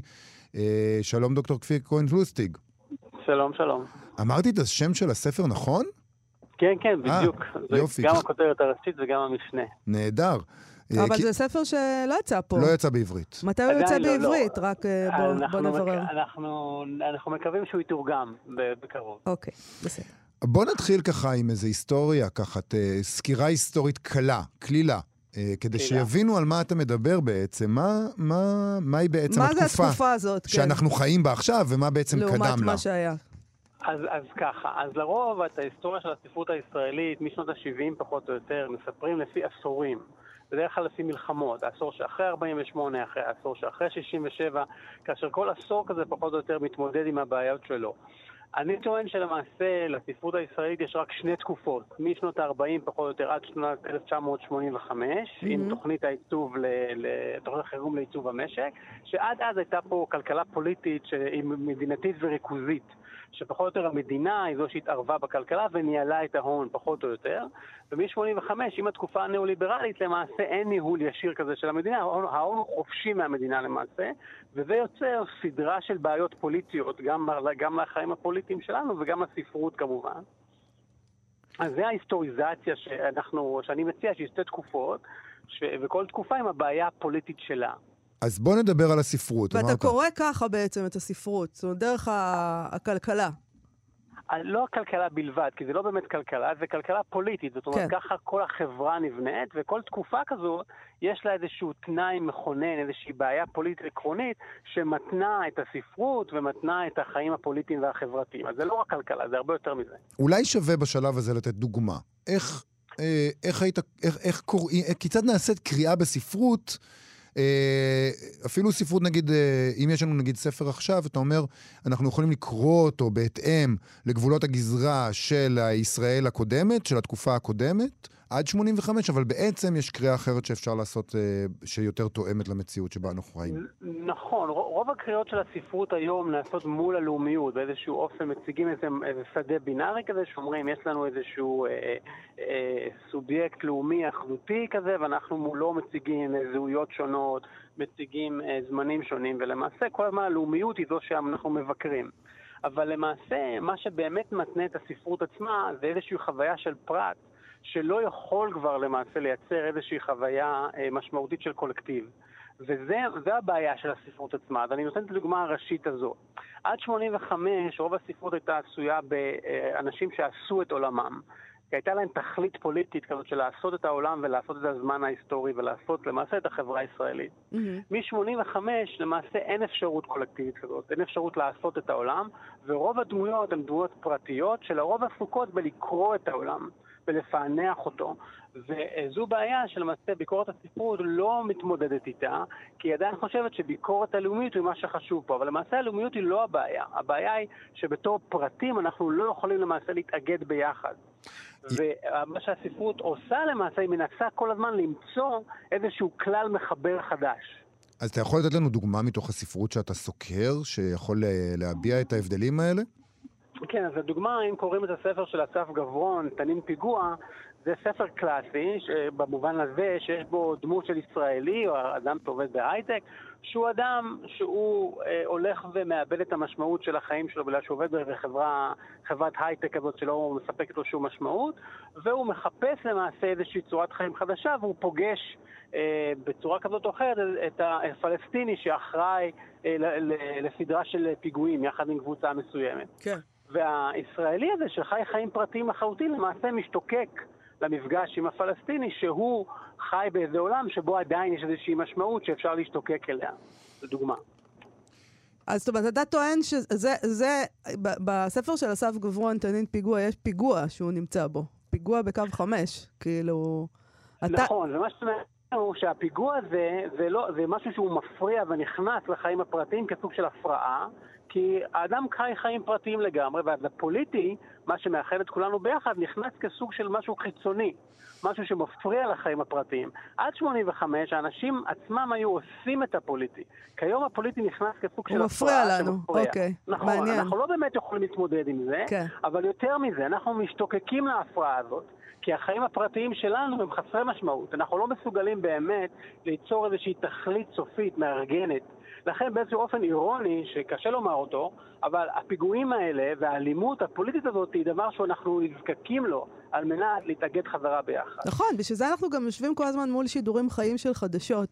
שלום דוקטור כפיר כהן לוסטיג. שלום, שלום. אמרתי את השם של הספר נכון? כן, כן, בדיוק. 아, יופי. זה גם הכותרת הראשית וגם המשנה. נהדר. אבל כי... זה ספר שלא יצא פה. לא יצא בעברית. מתי הוא יוצא לא, בעברית? לא. רק בוא, בוא נברר. מק... אנחנו, אנחנו מקווים שהוא יתורגם בקרוב. אוקיי, בסדר. בוא נתחיל ככה עם איזו היסטוריה, ככה, סקירה היסטורית קלה, כלילה, כדי שיבינו על מה אתה מדבר בעצם, מה, מה, מה היא בעצם מה התקופה, זה התקופה הזאת, שאנחנו כן. חיים בה עכשיו, ומה בעצם קדם לה. לעומת מה שהיה. אז, אז ככה, אז לרוב את ההיסטוריה של הספרות הישראלית, משנות ה-שבעים פחות או יותר, מספרים לפי עשורים. בדרך כלל לפי מלחמות, העשור שאחרי ארבעים ושמונה, אחרי העשור שאחרי שישים ושבע, כאשר כל עשור כזה פחות או יותר מתמודד עם הבעיות שלו. אני טוען שלמעשה לספרות הישראלית יש רק שני תקופות, משנות ה-ארבעים פחות או יותר עד שנת אלף תשע מאות שמונים וחמש, mm-hmm. עם תוכנית העיצוב, תוכנית החירום לעיצוב המשק, שעד אז הייתה פה כלכלה פוליטית מדינתית וריכוזית, שפחות או יותר המדינה היא זו שהתערבה בכלכלה וניהלה את ההון פחות או יותר, ומ-שמונים וחמש, עם התקופה הנאו-ליברלית, למעשה אין ניהול ישיר כזה של המדינה, ההון הוא חופשי מהמדינה למעשה, וזה יוצר סדרה של בעיות פוליטיות, גם, גם לחיים הפוליטיים שלנו וגם לספרות כמובן. אז זה ההיסטוריזציה שאנחנו, שאני מציע שיש שתי תקופות, ש... וכל תקופה עם הבעיה הפוליטית שלה. אז בוא נדבר על הספרות. ואתה קורא ככה בעצם את הספרות, זאת אומרת, דרך הכלכלה. לא הכלכלה בלבד, כי זה לא באמת כלכלה, זה כלכלה פוליטית. זאת אומרת, כן. ככה כל החברה נבנית, וכל תקופה כזו יש לה איזשהו תנאי מכונן, איזושהי בעיה פוליטית עקרונית, שמתנה את הספרות ומתנה את החיים הפוליטיים והחברתיים. אז זה לא רק כלכלה, זה הרבה יותר מזה. אולי שווה בשלב הזה לתת דוגמה. איך, אה, איך היית, איך, איך קוראים, כיצד נעשית קריאה בספרות, אפילו ספרות נגיד, אם יש לנו נגיד ספר עכשיו, אתה אומר, אנחנו יכולים לקרוא אותו בהתאם לגבולות הגזרה של ישראל הקודמת, של התקופה הקודמת, עד שמונים וחמש, אבל בעצם יש קריאה אחרת שאפשר לעשות, שיותר תואמת למציאות שבה אנחנו חיים. נכון, רוב הקריאות של הספרות היום נעשות מול הלאומיות, באיזשהו אופן מציגים איזה, איזה שדה בינארי כזה, שאומרים, יש לנו איזשהו אה, אה, סובייקט לאומי אחדותי כזה, ואנחנו מולו מציגים זהויות שונות, מציגים אה, זמנים שונים, ולמעשה כל הזמן הלאומיות היא זו שאנחנו מבקרים. אבל למעשה, מה שבאמת מתנה את הספרות עצמה, זה איזושהי חוויה של פרט, שלא יכול כבר למעשה לייצר איזושהי חוויה אה, משמעותית של קולקטיב. וזה הבעיה של הספרות עצמה. אז אני נותן את הדוגמה הראשית הזו. עד שמונים וחמש רוב הספרות הייתה עשויה באנשים שעשו את עולמם. כי הייתה להם תכלית פוליטית כזאת של לעשות את העולם ולעשות את הזמן ההיסטורי ולעשות למעשה את החברה הישראלית. Mm-hmm. מ-שמונים וחמש למעשה אין אפשרות קולקטיבית כזאת, אין אפשרות לעשות את העולם, ורוב הדמויות הן דמויות פרטיות שלרוב עסוקות בלקרוא את העולם. ולפענח אותו. וזו בעיה שלמעשה ביקורת הספרות לא מתמודדת איתה, כי היא עדיין חושבת שביקורת הלאומיות היא מה שחשוב פה, אבל למעשה הלאומיות היא לא הבעיה. הבעיה היא שבתור פרטים אנחנו לא יכולים למעשה להתאגד ביחד. ומה שהספרות עושה למעשה היא מנסה כל הזמן למצוא איזשהו כלל מחבר חדש. אז אתה יכול לתת לנו דוגמה מתוך הספרות שאתה סוקר, שיכול להביע את ההבדלים האלה? כן, אז הדוגמה, אם קוראים את הספר של אסף גברון, תנין פיגוע, זה ספר קלאסי, במובן הזה שיש בו דמות של ישראלי, או אדם שעובד בהייטק, שהוא אדם שהוא אה, הולך ומאבד את המשמעות של החיים שלו, בגלל שהוא עובד בחברה, חברת הייטק הזאת שלא מספקת לו שום משמעות, והוא מחפש למעשה איזושהי צורת חיים חדשה, והוא פוגש אה, בצורה כזאת או אחרת את הפלסטיני שאחראי אה, לסדרה של פיגועים, יחד עם קבוצה מסוימת. כן. והישראלי הזה שחי חיים פרטיים לחלוטין למעשה משתוקק למפגש עם הפלסטיני, שהוא חי באיזה עולם שבו עדיין יש איזושהי משמעות שאפשר להשתוקק אליה. זו דוגמה. אז זאת אומרת, אתה טוען שזה, זה, בספר של אסף גברון, תנין פיגוע, יש פיגוע שהוא נמצא בו. פיגוע בקו חמש, כאילו... נכון, ומה שאתה אומר הוא שהפיגוע הזה, זה, לא, זה משהו שהוא מפריע ונכנס לחיים הפרטיים כסוג של הפרעה, כי האדם חי חיים פרטיים לגמרי, ואז הפוליטי, מה שמאחד את כולנו ביחד, נכנס כסוג של משהו חיצוני, משהו שמפריע לחיים הפרטיים. עד שמונים וחמש, האנשים עצמם היו עושים את הפוליטי. כיום הפוליטי נכנס כסוג של הפרעה. הוא מפריע לנו, אוקיי, נכון, מעניין. אנחנו לא באמת יכולים להתמודד עם זה, כן. אבל יותר מזה, אנחנו משתוקקים להפרעה הזאת, כי החיים הפרטיים שלנו הם חסרי משמעות. אנחנו לא מסוגלים באמת ליצור איזושהי תכלית סופית, מארגנת. לכן באיזשהו אופן אירוני, שקשה לומר אותו, אבל הפיגועים האלה והאלימות הפוליטית הזאת היא דבר שאנחנו נזקקים לו על מנת להתאגד חזרה ביחד. נכון, בשביל זה אנחנו גם יושבים כל הזמן מול שידורים חיים של חדשות,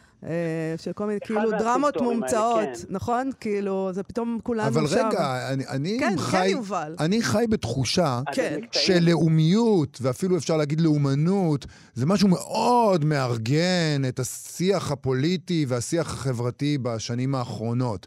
של כל מיני כאילו דרמות מומצאות, האלה, כן. נכון? כאילו זה פתאום כולנו אבל שם. אבל רגע, אני, אני, כן, חי, כן יובל. אני חי בתחושה כן. של לאומיות, ואפילו אפשר להגיד לאומנות, זה משהו מאוד מארגן את השיח הפוליטי והשיח החברתי בשנים האחרונות.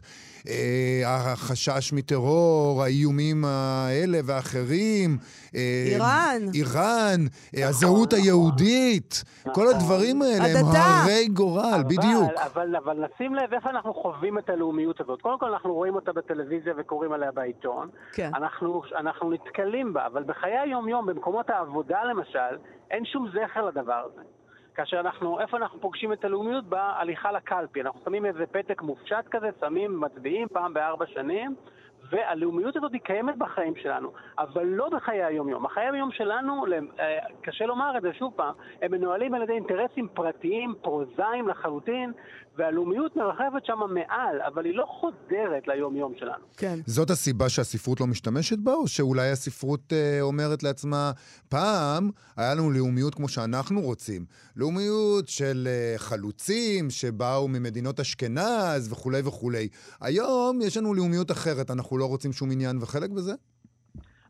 החשש מטרור, האיומים האלה ואחרים, איראן, איראן, הזהות היהודית, כל הדברים האלה הם הרי גורל, בדיוק. אבל, אבל נשים לב איפה אנחנו חווים את הלאומיות הזאת. קודם כל אנחנו רואים אותה בטלוויזיה וקוראים עליה בעיתון. כן. אנחנו, אנחנו נתקלים בה, אבל בחיי היום-יום, במקומות העבודה למשל, אין שום זכר לדבר הזה. כאשר אנחנו, איפה אנחנו פוגשים את הלאומיות? בהליכה לקלפי. אנחנו שמים איזה פתק מופשט כזה, שמים, מצביעים פעם בארבע שנים, והלאומיות הזאת היא קיימת בחיים שלנו, אבל לא בחיי היום-יום. החיי היום שלנו, קשה לומר את זה שוב פעם, הם מנוהלים על ידי אינטרסים פרטיים, פרוזאיים לחלוטין, והלאומיות מרחבת שם מעל, אבל היא לא חודרת ליום-יום שלנו. כן. זאת הסיבה שהספרות לא משתמשת בה, או שאולי הספרות אה, אומרת לעצמה, פעם היה לנו לאומיות כמו שאנחנו רוצים, לאומיות של אה, חלוצים שבאו ממדינות אשכנז וכו' וכו'. היום יש לנו לאומיות אחרת, אנחנו לא רוצים שום עניין וחלק בזה?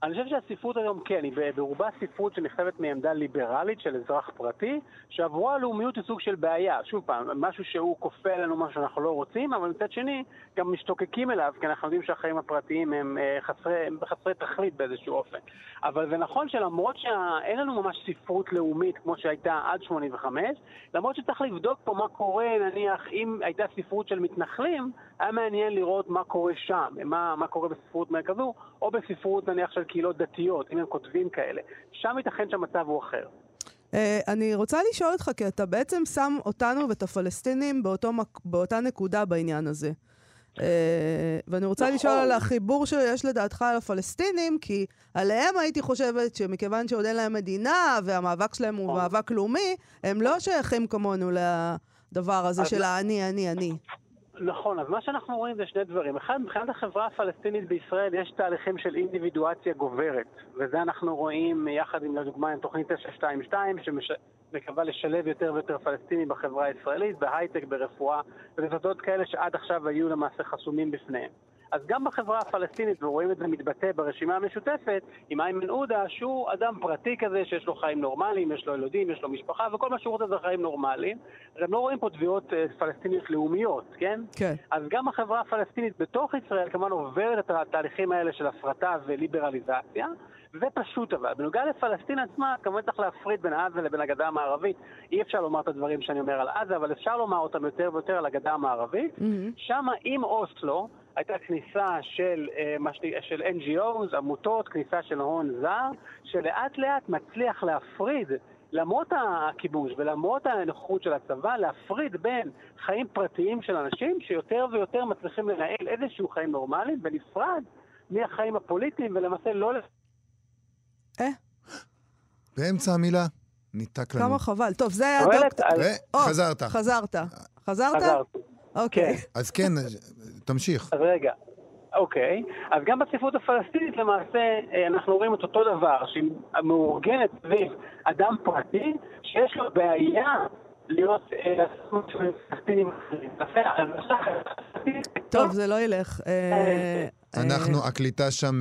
אני חושב שהספרות היום, כן, היא ברובה ספרות שנכתבת מעמדה ליברלית של אזרח פרטי, שעברו הלאומיות היא סוג של בעיה. שוב פעם, משהו שהוא כופה עלינו משהו שאנחנו לא רוצים, אבל מצד שני, גם משתוקקים אליו, כי אנחנו יודעים שהחיים הפרטיים הם חסרי, חסרי תכלית באיזשהו אופן. אבל זה נכון שלמרות שאין לנו ממש ספרות לאומית כמו שהייתה עד שמונים וחמש, למרות שצריך לבדוק פה מה קורה, נניח, אם הייתה ספרות של מתנחלים, היה מעניין לראות מה קורה שם, מה, מה קורה בספרות כזו, או בספרות נניח של קהילות דתיות, אם הם כותבים כאלה. שם ייתכן שהמצב הוא אחר. Uh, אני רוצה לשאול אותך, כי אתה בעצם שם אותנו ואת הפלסטינים באותו, באותה נקודה בעניין הזה. Uh, ואני רוצה נכון. לשאול על החיבור שיש לדעתך על הפלסטינים, כי עליהם הייתי חושבת שמכיוון שעוד אין להם מדינה, והמאבק שלהם הוא מאבק לאומי, הם לא שייכים כמונו לדבר הזה של האני, אני, אני. נכון, אז מה שאנחנו רואים זה שני דברים. אחד, מבחינת החברה הפלסטינית בישראל יש תהליכים של אינדיבידואציה גוברת, וזה אנחנו רואים יחד עם, לדוגמה, עם תוכנית תשע שתיים שתיים, שמקווה לשלב יותר ויותר פלסטינים בחברה הישראלית, בהייטק, ברפואה, ובתודות כאלה שעד עכשיו היו למעשה חסומים בפניהם. אז גם בחברה הפלסטינית, ורואים את זה מתבטא ברשימה המשותפת, עם איימן עודה, שהוא אדם פרטי כזה, שיש לו חיים נורמליים, יש לו ילדים, יש לו משפחה, וכל מה שהוא רוצה זה חיים נורמליים. הם לא רואים פה תביעות פלסטיניות לאומיות, כן? כן. אז גם החברה הפלסטינית בתוך ישראל, כמובן עוברת את התהליכים האלה של הפרטה וליברליזציה, וזה פשוט אבל. בנוגע לפלסטין עצמה, כמובן צריך להפריד בין עזה לבין הגדה המערבית. אי אפשר לומר את הדברים שאני אומר על עזה, אבל אפשר לומר אותם יותר ויותר על הגדה המערבית. Mm-hmm. שם עם אוסלו, הייתה כניסה של, של אן ג'י או'ס, עמותות, כניסה של הון זר, שלאט לאט מצליח להפריד, למרות הכיבוש ולמרות הנוכחות של הצבא, להפריד בין חיים פרטיים של אנשים שיותר ויותר מצליחים לנהל איזשהו חיים נורמליים, ונפרד מהחיים הפוליטיים, ולמעשה לא... אה? באמצע המילה, ניתק לנו. כמה חבל. טוב, זה היה דוקטור. חזרת. חזרת. חזרת? חזרתי. אוקיי. אז כן, תמשיך. אז רגע, אוקיי. אז גם בספרות הפלסטינית למעשה אנחנו רואים את אותו דבר, שהיא מאורגנת סביב אדם פרטי, שיש לו בעיה להיות פלסטינים אחרים. טוב, זה לא ילך. אנחנו, הקליטה שם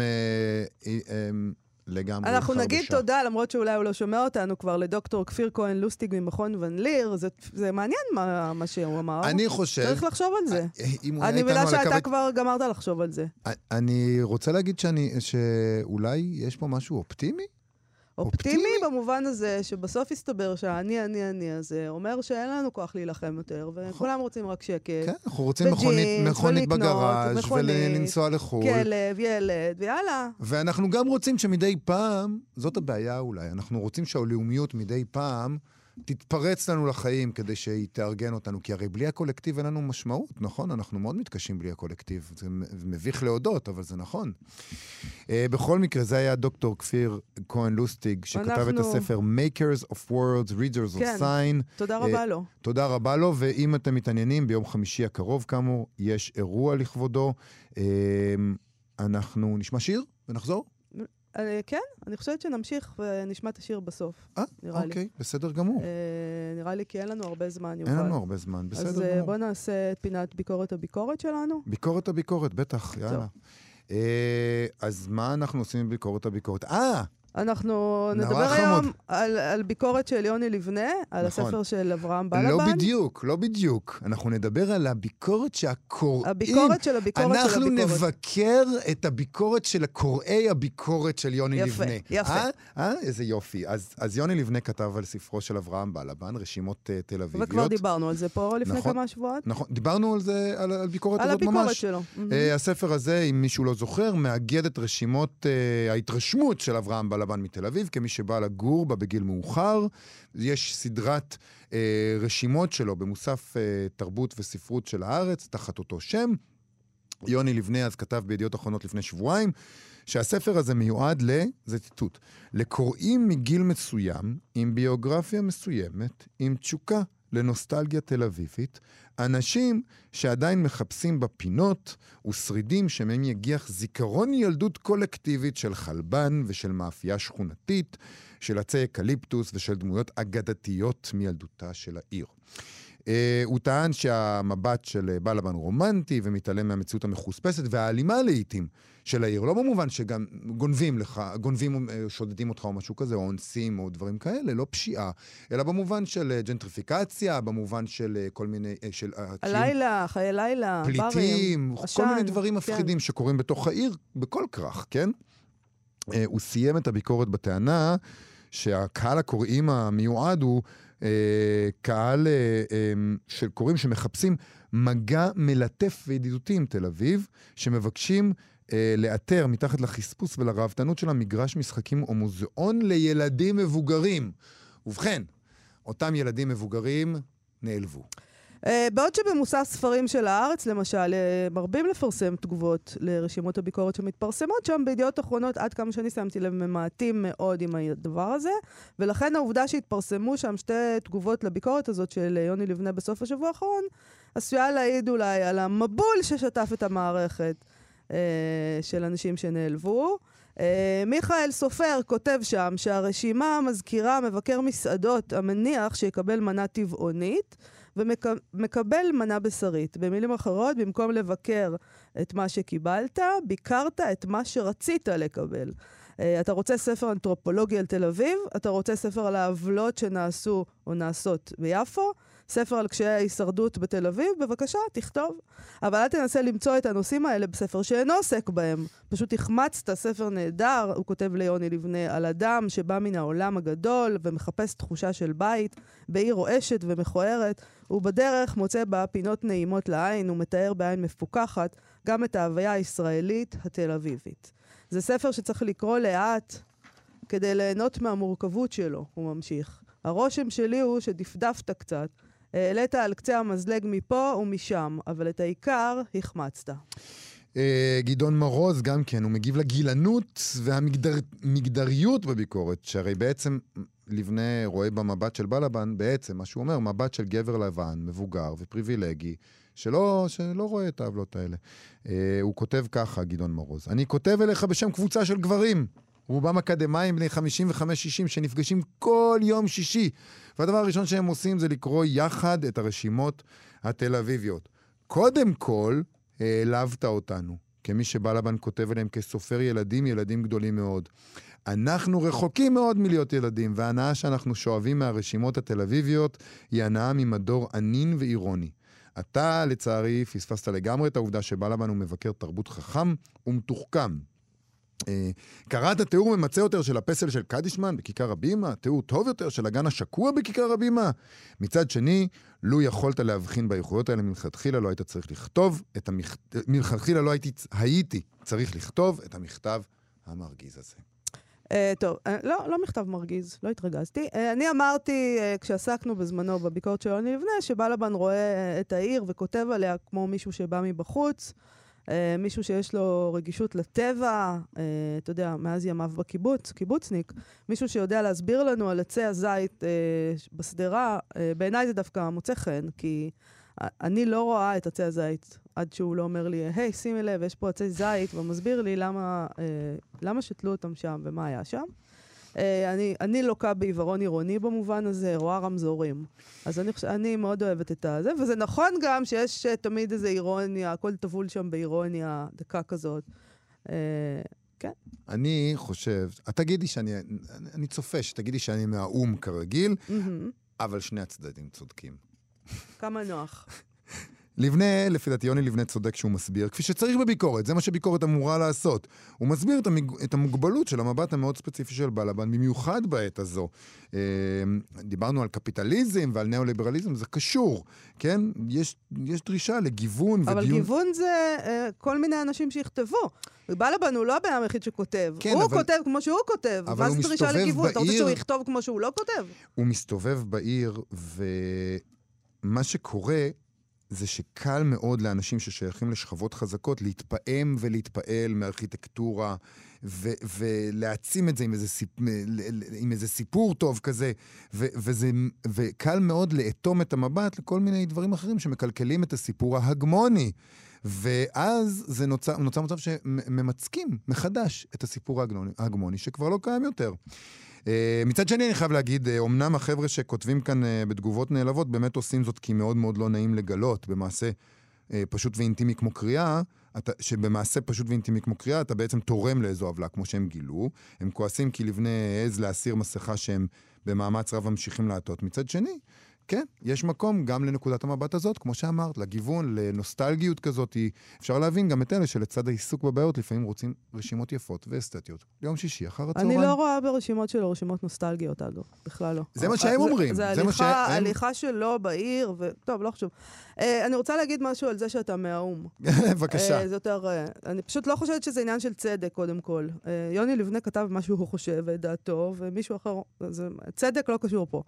לגמרי. אנחנו נגיד תודה, למרות שאולי הוא לא שומע אותנו כבר, לדוקטור כפיר כהן לוסטיג ממכון ון ליר. זה, זה מעניין מה, מה שהוא אמר. אני חושב... צריך לחשוב על זה. אני מבינה שאתה כבר גמרת לחשוב על זה. אני רוצה להגיד שאני, שאולי יש פה משהו אופטימי? אופטימי במובן הזה שבסוף הסתבר שהאני, אני, אני הזה אומר שאין לנו כוח להילחם יותר, וכולם רוצים רק שקט. כן, אנחנו רוצים מכונית בגראז' ולנסוע לחול. כלב, ילד, ויאללה. ואנחנו גם רוצים שמדי פעם, זאת הבעיה אולי, אנחנו רוצים שהלאומיות מדי פעם תתפרץ לנו לחיים כדי שהיא תארגן אותנו, כי הרי בלי הקולקטיב אין לנו משמעות, נכון? אנחנו מאוד מתקשים בלי הקולקטיב, זה מביך להודות, אבל זה נכון. Uh, בכל מקרה, זה היה דוקטור כפיר כהן לוסטיג, שכתב אנחנו... את הספר Makers of Worlds, Readers כן. of Sign. תודה רבה uh, לו. תודה רבה לו, ואם אתם מתעניינים, ביום חמישי הקרוב, כאמור, יש אירוע לכבודו. Uh, אנחנו נשמע שיר ונחזור? כן, אני חושבת שנמשיך ונשמע את השיר בסוף. אה, אוקיי, בסדר גמור. נראה לי כי אין לנו הרבה זמן, יובל. אין לנו הרבה זמן, בסדר גמור. אז בוא נעשה את פינת ביקורת הביקורת שלנו. ביקורת הביקורת, בטח, יאללה. אז מה אנחנו עושים בביקורת הביקורת? אה! אנחנו נדבר היום על, על ביקורת של יוני לבנה, על נכון. הספר של אברהם בלבן. לא בדיוק, לא בדיוק. אנחנו נדבר על הביקורת שהקוראים... הביקורת של הביקורת של אנחנו הביקורת. אנחנו נבקר את הביקורת של קוראי הביקורת של יוני יפה, לבנה. יפה, יפה. אה? אה? איזה יופי. אז, אז יוני לבנה כתב על ספרו של אברהם בלבן, רשימות uh, תל אביביות. וכבר דיברנו על זה פה לפני נכון, כמה שבועות. נכון, דיברנו על זה, על, על ביקורת על הזאת הביקורת ממש. שלו. Uh, הספר הזה, אם מישהו לא זוכר, מאגד את רשימות uh, ההתרשמות של אברהם בלבן מתל אביב, כמי שבא לגור בה בגיל מאוחר. יש סדרת אה, רשימות שלו במוסף אה, תרבות וספרות של הארץ, תחת אותו שם. יוני לבנה אז כתב בידיעות אחרונות לפני שבועיים, שהספר הזה מיועד ל... זה ציטוט, לקוראים מגיל מסוים, עם ביוגרפיה מסוימת, עם תשוקה לנוסטלגיה תל אביבית, אנשים שעדיין מחפשים בפינות ושרידים שמהם יגיח זיכרון ילדות קולקטיבית של חלבן ושל מאפייה שכונתית, של עצי אקליפטוס ושל דמויות אגדתיות מילדותה של העיר. אה, הוא טען שהמבט של בלבן רומנטי ומתעלם מהמציאות המחוספסת והאלימה לעיתים של העיר. לא במובן שגם גונבים לך, גונבים, שודדים אותך או משהו כזה, או אונסים או דברים כאלה, לא פשיעה, אלא במובן של ג'נטריפיקציה, במובן של כל מיני, של הלילה, חיי לילה, פליטים, ברים, כל עשן, מיני דברים מפחידים כן. שקורים בתוך העיר, בכל כרך, כן? הוא סיים את הביקורת בטענה שהקהל הקוראים המיועד הוא אה, קהל אה, אה, של קוראים שמחפשים מגע מלטף וידידותי עם תל אביב, שמבקשים אה, לאתר מתחת לחספוס ולרעבתנות של המגרש משחקים או מוזיאון לילדים מבוגרים. ובכן, אותם ילדים מבוגרים נעלבו. Uh, בעוד שבמוסף ספרים של הארץ, למשל, uh, מרבים לפרסם תגובות לרשימות הביקורת שמתפרסמות שם, בידיעות אחרונות, עד כמה שאני שמתי לב, ממעטים מאוד עם הדבר הזה, ולכן העובדה שהתפרסמו שם שתי תגובות לביקורת הזאת של יוני לבנה בסוף השבוע האחרון, עשויה להעיד אולי על המבול ששטף את המערכת uh, של אנשים שנעלבו. Uh, מיכאל סופר כותב שם שהרשימה מזכירה מבקר מסעדות המניח שיקבל מנה טבעונית, ומקבל מנה בשרית. במילים אחרות, במקום לבקר את מה שקיבלת, ביקרת את מה שרצית לקבל. Uh, אתה רוצה ספר אנתרופולוגי על תל אביב? אתה רוצה ספר על העוולות שנעשו או נעשות ביפו? ספר על קשיי ההישרדות בתל אביב? בבקשה, תכתוב. אבל אל תנסה למצוא את הנושאים האלה בספר שאינו עוסק בהם. פשוט החמצת ספר נהדר, הוא כותב ליוני לבנה, על אדם שבא מן העולם הגדול ומחפש תחושה של בית, בעיר רועשת ומכוערת, ובדרך מוצא בה פינות נעימות לעין ומתאר בעין מפוקחת גם את ההוויה הישראלית התל אביבית. זה ספר שצריך לקרוא לאט כדי ליהנות מהמורכבות שלו, הוא ממשיך. הרושם שלי הוא שדפדפת קצת, העלית על קצה המזלג מפה ומשם, אבל את העיקר החמצת. גדעון מרוז גם כן, הוא מגיב לגילנות והמגדריות בביקורת, שהרי בעצם לבנה רואה במבט של בלבן, בעצם מה שהוא אומר, מבט של גבר לבן, מבוגר ופריבילגי, שלא, שלא רואה את העוולות האלה. הוא כותב ככה, גדעון מרוז, אני כותב אליך בשם קבוצה של גברים, רובם אקדמיים בני חמישים וחמש שישים שנפגשים כל יום שישי. והדבר הראשון שהם עושים זה לקרוא יחד את הרשימות התל אביביות. קודם כל, העלבת אותנו, כמי שבלבן כותב אליהם כסופר ילדים, ילדים גדולים מאוד. אנחנו רחוקים מאוד מלהיות ילדים, וההנאה שאנחנו שואבים מהרשימות התל אביביות היא הנאה ממדור ענין ואירוני. אתה, לצערי, פספסת לגמרי את העובדה שבלבן הוא מבקר תרבות חכם ומתוחכם. קראת תיאור ממצא יותר של הפסל של קדישמן בכיכר הבימה, תיאור טוב יותר של הגן השקוע בכיכר הבימה. מצד שני, לו יכולת להבחין באיכויות האלה מלכתחילה, לא היית צריך לכתוב את המכתב, מלכתחילה לא הייתי, הייתי צריך לכתוב את המכתב המרגיז הזה. Uh, טוב, uh, לא, לא מכתב מרגיז, לא התרגזתי. Uh, אני אמרתי, uh, כשעסקנו בזמנו בביקורת של יוני לבנה, שבלבן רואה uh, את העיר וכותב עליה כמו מישהו שבא מבחוץ, Uh, מישהו שיש לו רגישות לטבע, uh, אתה יודע, מאז ימיו בקיבוץ, קיבוצניק, מישהו שיודע להסביר לנו על עצי הזית uh, בסדרה, uh, בעיניי זה דווקא מוצא חן, כי uh, אני לא רואה את עצי הזית עד שהוא לא אומר לי, היי, שימי לב, יש פה עצי זית, ומסביר לי למה, uh, למה שתלו אותם שם ומה היה שם. Uh, אני, אני לוקה בעיוורון עירוני במובן הזה, רואה רמזורים. אז אני, אני מאוד אוהבת את זה, וזה נכון גם שיש uh, תמיד איזו אירוניה, הכל טבול שם באירוניה, דקה כזאת. Uh, כן. אני חושב, את תגידי שאני, אני צופה שתגידי שאני מהאום כרגיל, mm-hmm. אבל שני הצדדים צודקים. כמה נוח. לבנה, לפי דעתי, יוני לבנה צודק שהוא מסביר, כפי שצריך בביקורת, זה מה שביקורת אמורה לעשות. הוא מסביר את, המג... את המוגבלות של המבט המאוד ספציפי של בלבן, במיוחד בעת הזו. אה, דיברנו על קפיטליזם ועל ניאו-ליברליזם, זה קשור, כן? יש, יש דרישה לגיוון אבל ודיון... אבל גיוון זה אה, כל מיני אנשים שיכתבו. בלבן הוא לא הבן היחיד שכותב. כן, הוא אבל... כותב כמו שהוא כותב. מה זה דרישה לגיוון? בעיר... אתה רוצה שהוא יכתוב כמו שהוא לא כותב? הוא מסתובב בעיר, ומה שקורה... זה שקל מאוד לאנשים ששייכים לשכבות חזקות להתפעם ולהתפעל מארכיטקטורה ו- ולהעצים את זה עם איזה, סיפ... עם איזה סיפור טוב כזה ו- וזה... וקל מאוד לאטום את המבט לכל מיני דברים אחרים שמקלקלים את הסיפור ההגמוני ואז זה נוצר, נוצר מצב שממצקים מחדש את הסיפור ההגמוני שכבר לא קיים יותר. מצד שני אני חייב להגיד, אמנם החבר'ה שכותבים כאן בתגובות נעלבות, באמת עושים זאת כי מאוד מאוד לא נעים לגלות, במעשה פשוט ואינטימי כמו קריאה, אתה, שבמעשה פשוט ואינטימי כמו קריאה, אתה בעצם תורם לאיזו עוולה, כמו שהם גילו. הם כועסים כי לבני עז להסיר מסכה שהם במאמץ רב ממשיכים לעטות. מצד שני, כן, יש מקום גם לנקודת המבט הזאת, כמו שאמרת, לגיוון, לנוסטלגיות כזאת. אפשר להבין גם את אלה שלצד העיסוק בבעיות, לפעמים רוצים רשימות יפות ואסתטיות. ליום שישי, אחר הצהריים. אני לא רואה ברשימות שלו רשימות נוסטלגיות, אגב. בכלל לא. זה מה שהם אומרים. זה הליכה, הליכה שלו בעיר, וטוב, לא חשוב. אני רוצה להגיד משהו על זה שאתה מהאום. בבקשה. זה יותר, אני פשוט לא חושבת שזה עניין של צדק, קודם כל. יוני לבנה כתב מה שהוא חושב, ודעתו, ומישהו אחר, צדק לא קשור פה.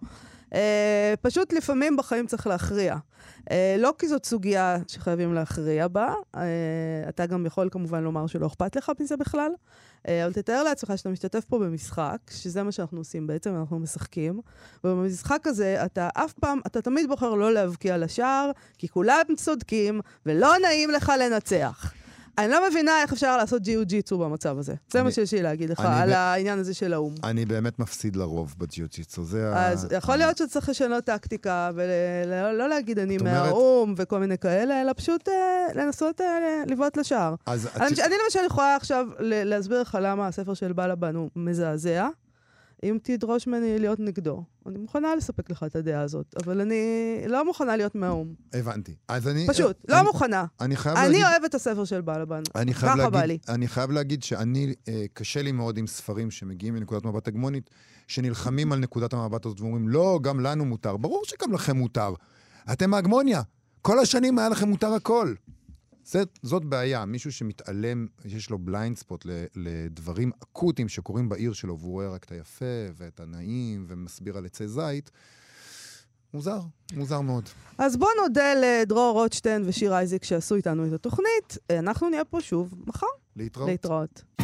פשוט לפעמים בחיים צריך להכריע. לא כי זאת סוגיה שחייבים להכריע בה, אתה גם יכול כמובן לומר שלא אכפת לך מזה בכלל, אבל תתאר לעצמך שאתה משתתף פה במשחק, שזה מה שאנחנו עושים בעצם, אנחנו משחקים, ובמשחק הזה אתה אף פעם, אתה תמיד בוחר לא להבקיע לשער, כי כולם צודקים, ולא נעים לך לנצח. אני לא מבינה איך אפשר לעשות ג'יו-ג'יצו במצב הזה. זה מה שיש לי להגיד לך על העניין הזה של האום. אני באמת מפסיד לרוב בג'יו-ג'יצו. אז יכול להיות שצריך לשנות טקטיקה, ולא להגיד אני מהאום וכל מיני כאלה, אלא פשוט לנסות לבעוט לשער. אני למשל יכולה עכשיו להסביר לך למה הספר של בלבן הוא מזעזע, אם תדרוש ממני להיות נגדו. אני מוכנה לספק לך את הדעה הזאת, אבל אני לא מוכנה להיות מהאום. הבנתי. אז אני... פשוט, אני, לא מוכנה. אני חייב אני להגיד... אוהב את הספר של בלבן. אני חייב להגיד, אני חייב להגיד שאני, אה, קשה לי מאוד עם ספרים שמגיעים מנקודת מבט הגמונית, שנלחמים על נקודת המבט הזאת ואומרים, לא, גם לנו מותר. ברור שגם לכם מותר. אתם מהגמוניה. כל השנים היה לכם מותר הכל. זאת, זאת בעיה, מישהו שמתעלם, יש לו בליינד ספוט לדברים אקוטיים שקורים בעיר שלו, והוא רואה רק את היפה ואת הנעים ומסביר על עצי זית, מוזר, מוזר מאוד. אז בוא נודה לדרור רוטשטיין ושיר אייזיק שעשו איתנו את התוכנית, אנחנו נהיה פה שוב מחר. להתראות. להתראות.